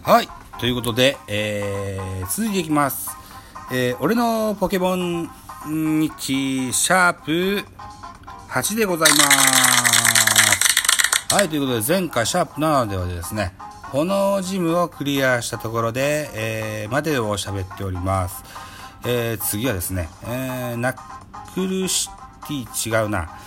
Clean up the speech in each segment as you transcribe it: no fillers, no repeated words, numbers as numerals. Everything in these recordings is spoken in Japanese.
はい、ということで、続いていきます。俺のポケモン日シャープ8でございます。はい、ということで前回シャープ7ではですね、炎ジムをクリアしたところで、までを喋っております。次はですね、ナックルシティ違うな。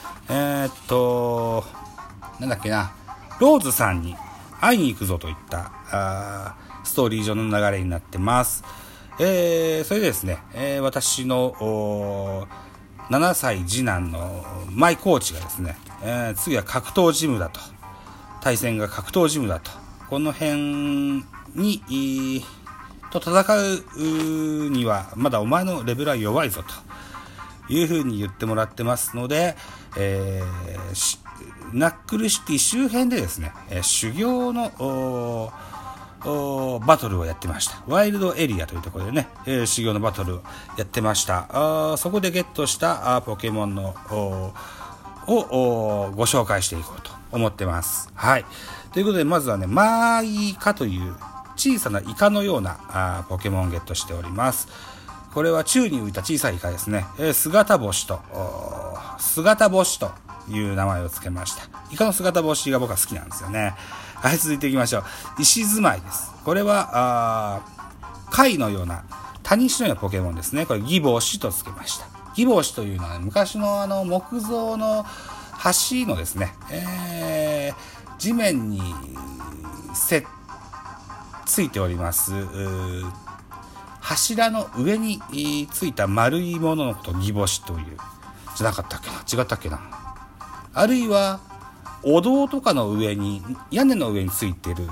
なんだっけな、ローズさんに会いに行くぞといったストーリー上の流れになってます。それでですね、私の7歳次男のマイコーチがですね、次は格闘ジムだと、対戦が格闘ジムだと、この辺にと戦うにはまだお前のレベルは弱いぞというふうに言ってもらってますので、ナックルシティ周辺でですね、修行のバトルをやってました。ワイルドエリアというところでね、修行のバトルをやってました。そこでゲットしたポケモンのをご紹介していこうと思ってます。はい。ということでまずはね、マーイカという小さなイカのようなポケモンをゲットしております。これは宙に浮いた小さいイカですね。姿星という名前を付けました。イカの姿星が僕は好きなんですよね。はい、続いていきましょう。石住まいです。これは貝のようなタニシのようなポケモンですね。これギボシと付けました。ギボシというのは、昔の木造の橋のですね、地面についております柱の上についた丸いもののことをギボシというじゃなかったっけな、違ったっけな。あるいはお堂とかの上に、屋根の上についている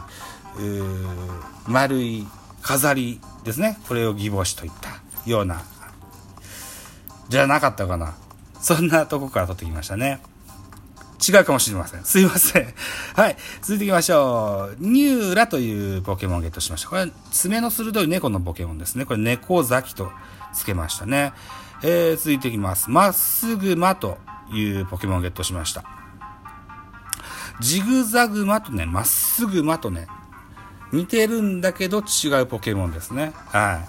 丸い飾りですね。これをギボシといったようなじゃなかったかな。そんなとこから取ってきましたね。違うかもしれません。すいません。はい。続いていきましょう。ニューラというポケモンをゲットしました。これは爪の鋭い猫のポケモンですね。これ猫崎と付けましたね。続いていきます。まっすぐまというポケモンをゲットしました。ジグザグマとね、まっすぐまとね、似てるんだけど違うポケモンですね。はい。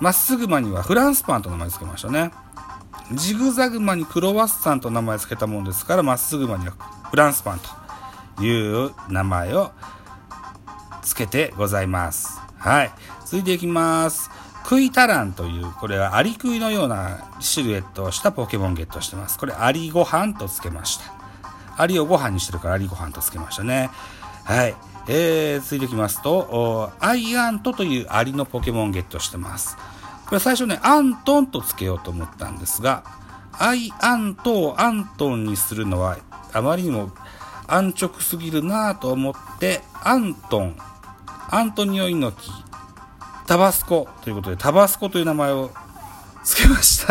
まっすぐまにはフランスパンと名前付けましたね。ジグザグマにクロワッサンと名前付けたもんですから、まっすぐまにはフランスパンという名前を付けてございます。はい。続いていきます。クイタランという、これはアリクイのようなシルエットをしたポケモンゲットしてます。これアリご飯と付けました。アリをご飯にしてるからアリご飯と付けましたね。はい。続いていきますと、アイアントというアリのポケモンゲットしてます。これ最初ね、アントンと付けようと思ったんですが、アイアントをアントンにするのはあまりにも安直すぎるなと思って、アントニオ猪木、タバスコということで、タバスコという名前を付けました。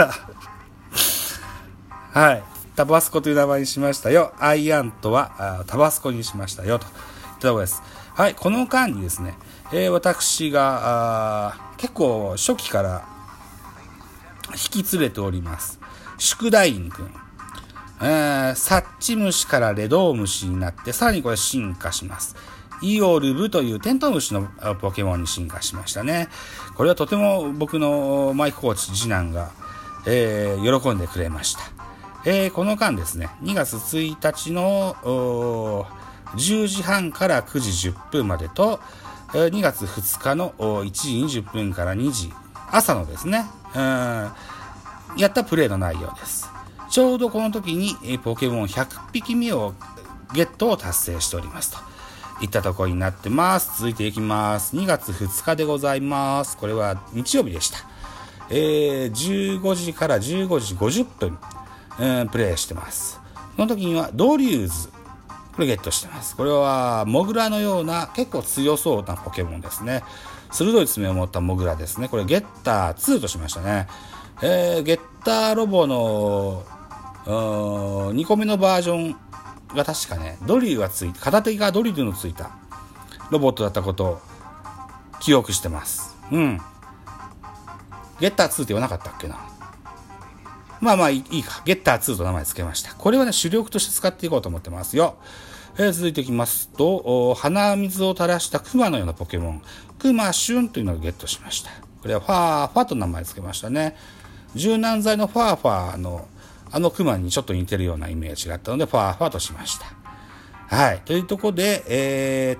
はい。タバスコという名前にしましたよ。アイアントはタバスコにしましたよといったところです。はい。この間にですね、私が結構初期から引き連れております宿題員くん、サッチムシからレドウムシになって、さらにこれ進化します。イオルブというテントウムシのポケモンに進化しましたね。これはとても僕のマイコーチ次男が、喜んでくれました。この間ですね、2月1日の10時半から9時10分までと、2月2日の1時20分から2時、朝のですね、やったプレイの内容です。ちょうどこの時にポケモン100匹目をゲットを達成しておりますといったところになってます。続いていきます。2月2日でございます。これは日曜日でした。15時から15時50分、プレイしてます。この時にはドリューズ、これゲットしてます。これはモグラのような結構強そうなポケモンですね。鋭い爪を持ったモグラですね。これゲッター2としましたね。ゲッターロボの2個目のバージョンが確かね、ドリルがついて、片手がドリルのついたロボットだったことを記憶してます。うん。ゲッター2って言わなかったっけな。まあまあいいか。ゲッター2と名前つけました。これはね、主力として使っていこうと思ってますよ。 続いていきますと、鼻水を垂らしたクマのようなポケモン、クマシュンというのをゲットしました。これはファーファと名前つけましたね。柔軟剤のファーファのクマにちょっと似てるようなイメージがあったので、ファーファとしました。はい。というところで、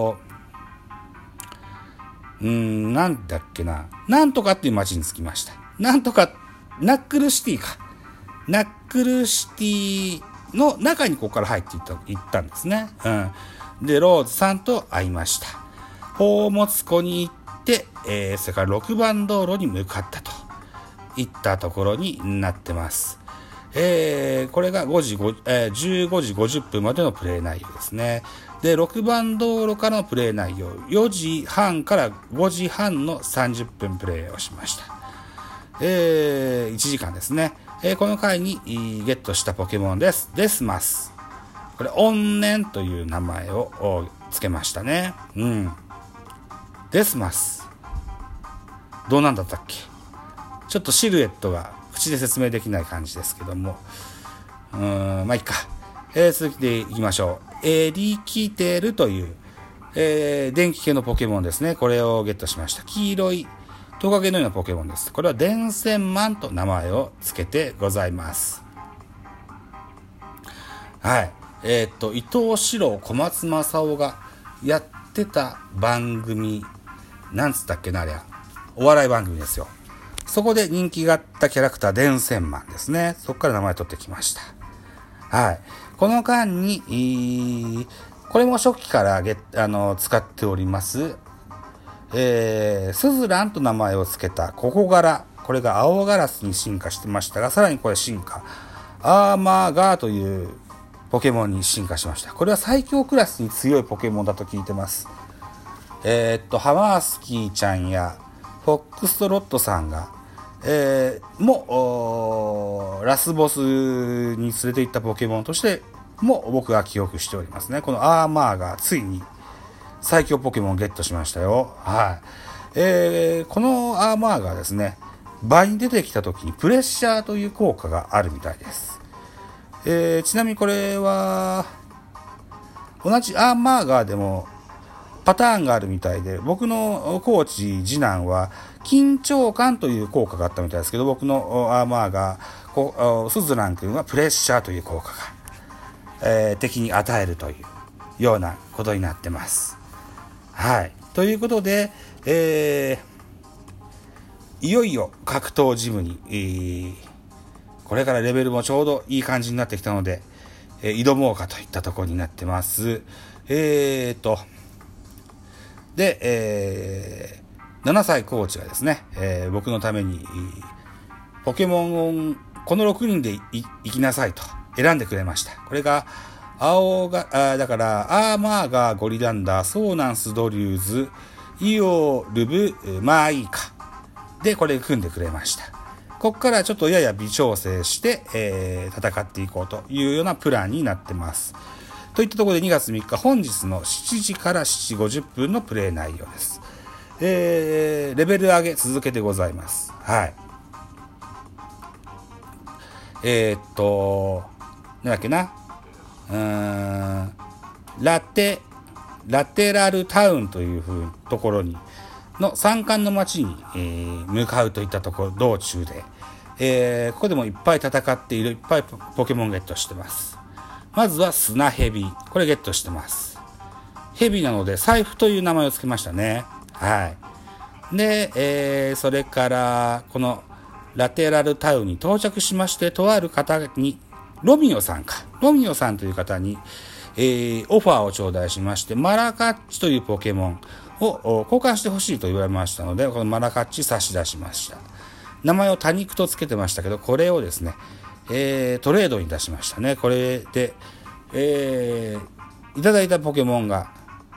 なんだっけな。なんとかっていう街に着きました。なんとか、ナックルシティか。ナックルシティの中にここから入っていったんですね。で、ローズさんと会いました。宝物庫に行って、それから6番道路に向かったといったところになってます。これが15時50分までのプレイ内容ですね。で、6番道路からのプレイ内容、4時半から5時半の30分プレイをしました。1時間ですね。この回にゲットしたポケモンです。デスマス。これ、怨念という名前をつけましたね。デスマス。どうなんだったっけ？ちょっとシルエットが口で説明できない感じですけども。まあいいか。続きでいきましょう。エリキテルという、電気系のポケモンですね。これをゲットしました。黄色いトカゲのようなポケモンです。これは電線マンと名前をつけてございます。はい。伊藤四郎小松政夫がやってた番組、なんつったっけな、あれは。お笑い番組ですよ。そこで人気があったキャラクター、電線マンですね。そこから名前取ってきました。はい。この間に、これも初期から使っております。スズランと名前を付けたココガラ。これが青ガラスに進化してましたが、さらにこれ進化。アーマーガーというポケモンに進化しました。これは最強クラスに強いポケモンだと聞いてます。ハマースキーちゃんやフォックストロットさんが、ラスボスに連れて行ったポケモンとしても僕は記憶しておりますね。このアーマーがついに最強ポケモンをゲットしましたよ。はい。このアーマーがですね、倍に出てきた時にプレッシャーという効果があるみたいです。ちなみにこれは同じアーマーガーでもパターンがあるみたいで、僕のコーチ次男は緊張感という効果があったみたいですけど、僕のアーマーガースズラン君はプレッシャーという効果が、敵に与えるというようなことになってます。はい。ということで、いよいよ格闘ジムに、これからレベルもちょうどいい感じになってきたので、挑もうかといったところになってます。で、7歳コーチがですね、僕のためにポケモンをこの6人で行きなさいと選んでくれました。これがだからアーマーガー、ゴリランダー、ソーナンス、ドリューズ、イオルブ、マーイーカでこれ組んでくれました。ここからちょっとやや微調整して、戦っていこうというようなプランになってます。といったところで2月3日本日の7時から7時50分のプレイ内容です。レベル上げ続けてございます。はい。なんだっけな。ラテラルタウンというところにの山間の町に、向かうといったところ道中で、ここでもいっぱい戦っている、いっぱいポケモンゲットしてます。まずは砂ヘビ、これゲットしてます。ヘビなので財布という名前を付けましたね。はい。で、それからこのラテラルタウンに到着しまして、とある方にロミオさんという方に、オファーを頂戴しまして、マラカッチというポケモンを交換してほしいと言われましたので、このマラカッチ差し出しました。名前を多肉とつけてましたけど、これをですね、トレードに出しましたね。これで、いただいたポケモンが、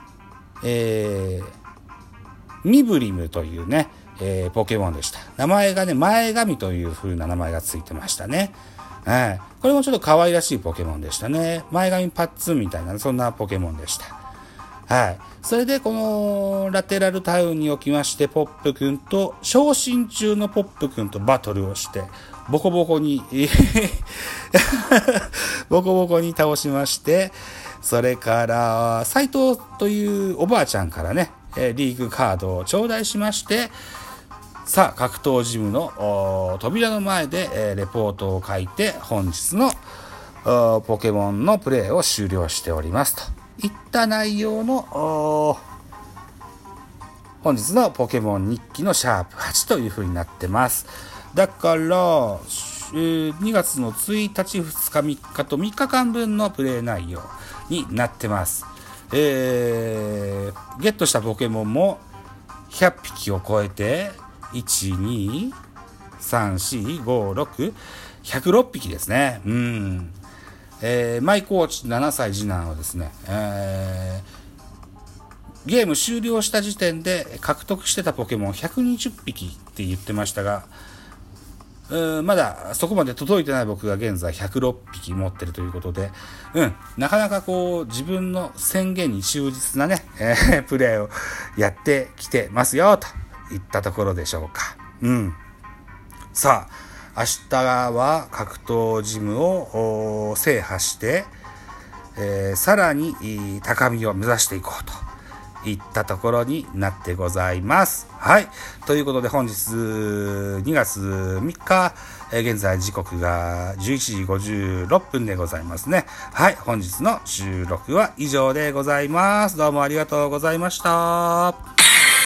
ミブリムというね、ポケモンでした。名前がね、前髪という風な名前がついてましたね。はい。これもちょっと可愛らしいポケモンでしたね。前髪パッツンみたいな、そんなポケモンでした。はい。それで、このラテラルタウンにおきまして、ポップくんと、昇進中のポップくんとバトルをして、ボコボコにボコボコに倒しまして、 それから斉藤というおばあちゃんからね、リーグカードを頂戴しまして、さあ格闘ジムの扉の前で、レポートを書いて本日のポケモンのプレイを終了しておりますといった内容の本日のポケモン日記のシャープ8という風になってます。だから2月の1日2日3日と3日間分のプレイ内容になってます。ゲットしたポケモンも100匹を超えて1、2、3、4、5、6、106匹ですね。マイコーチ7歳次男はですね、ゲーム終了した時点で獲得してたポケモン120匹って言ってましたが、まだそこまで届いてない僕が現在106匹持ってるということで、なかなかこう自分の宣言に忠実なね、プレーをやってきてますよといったところでしょうか。さあ明日は格闘ジムを制覇して、さらに高みを目指していこうといったところになってございます。はい。ということで本日2月3日、現在時刻が11時56分でございますね。はい。本日の収録は以上でございます。どうもありがとうございました。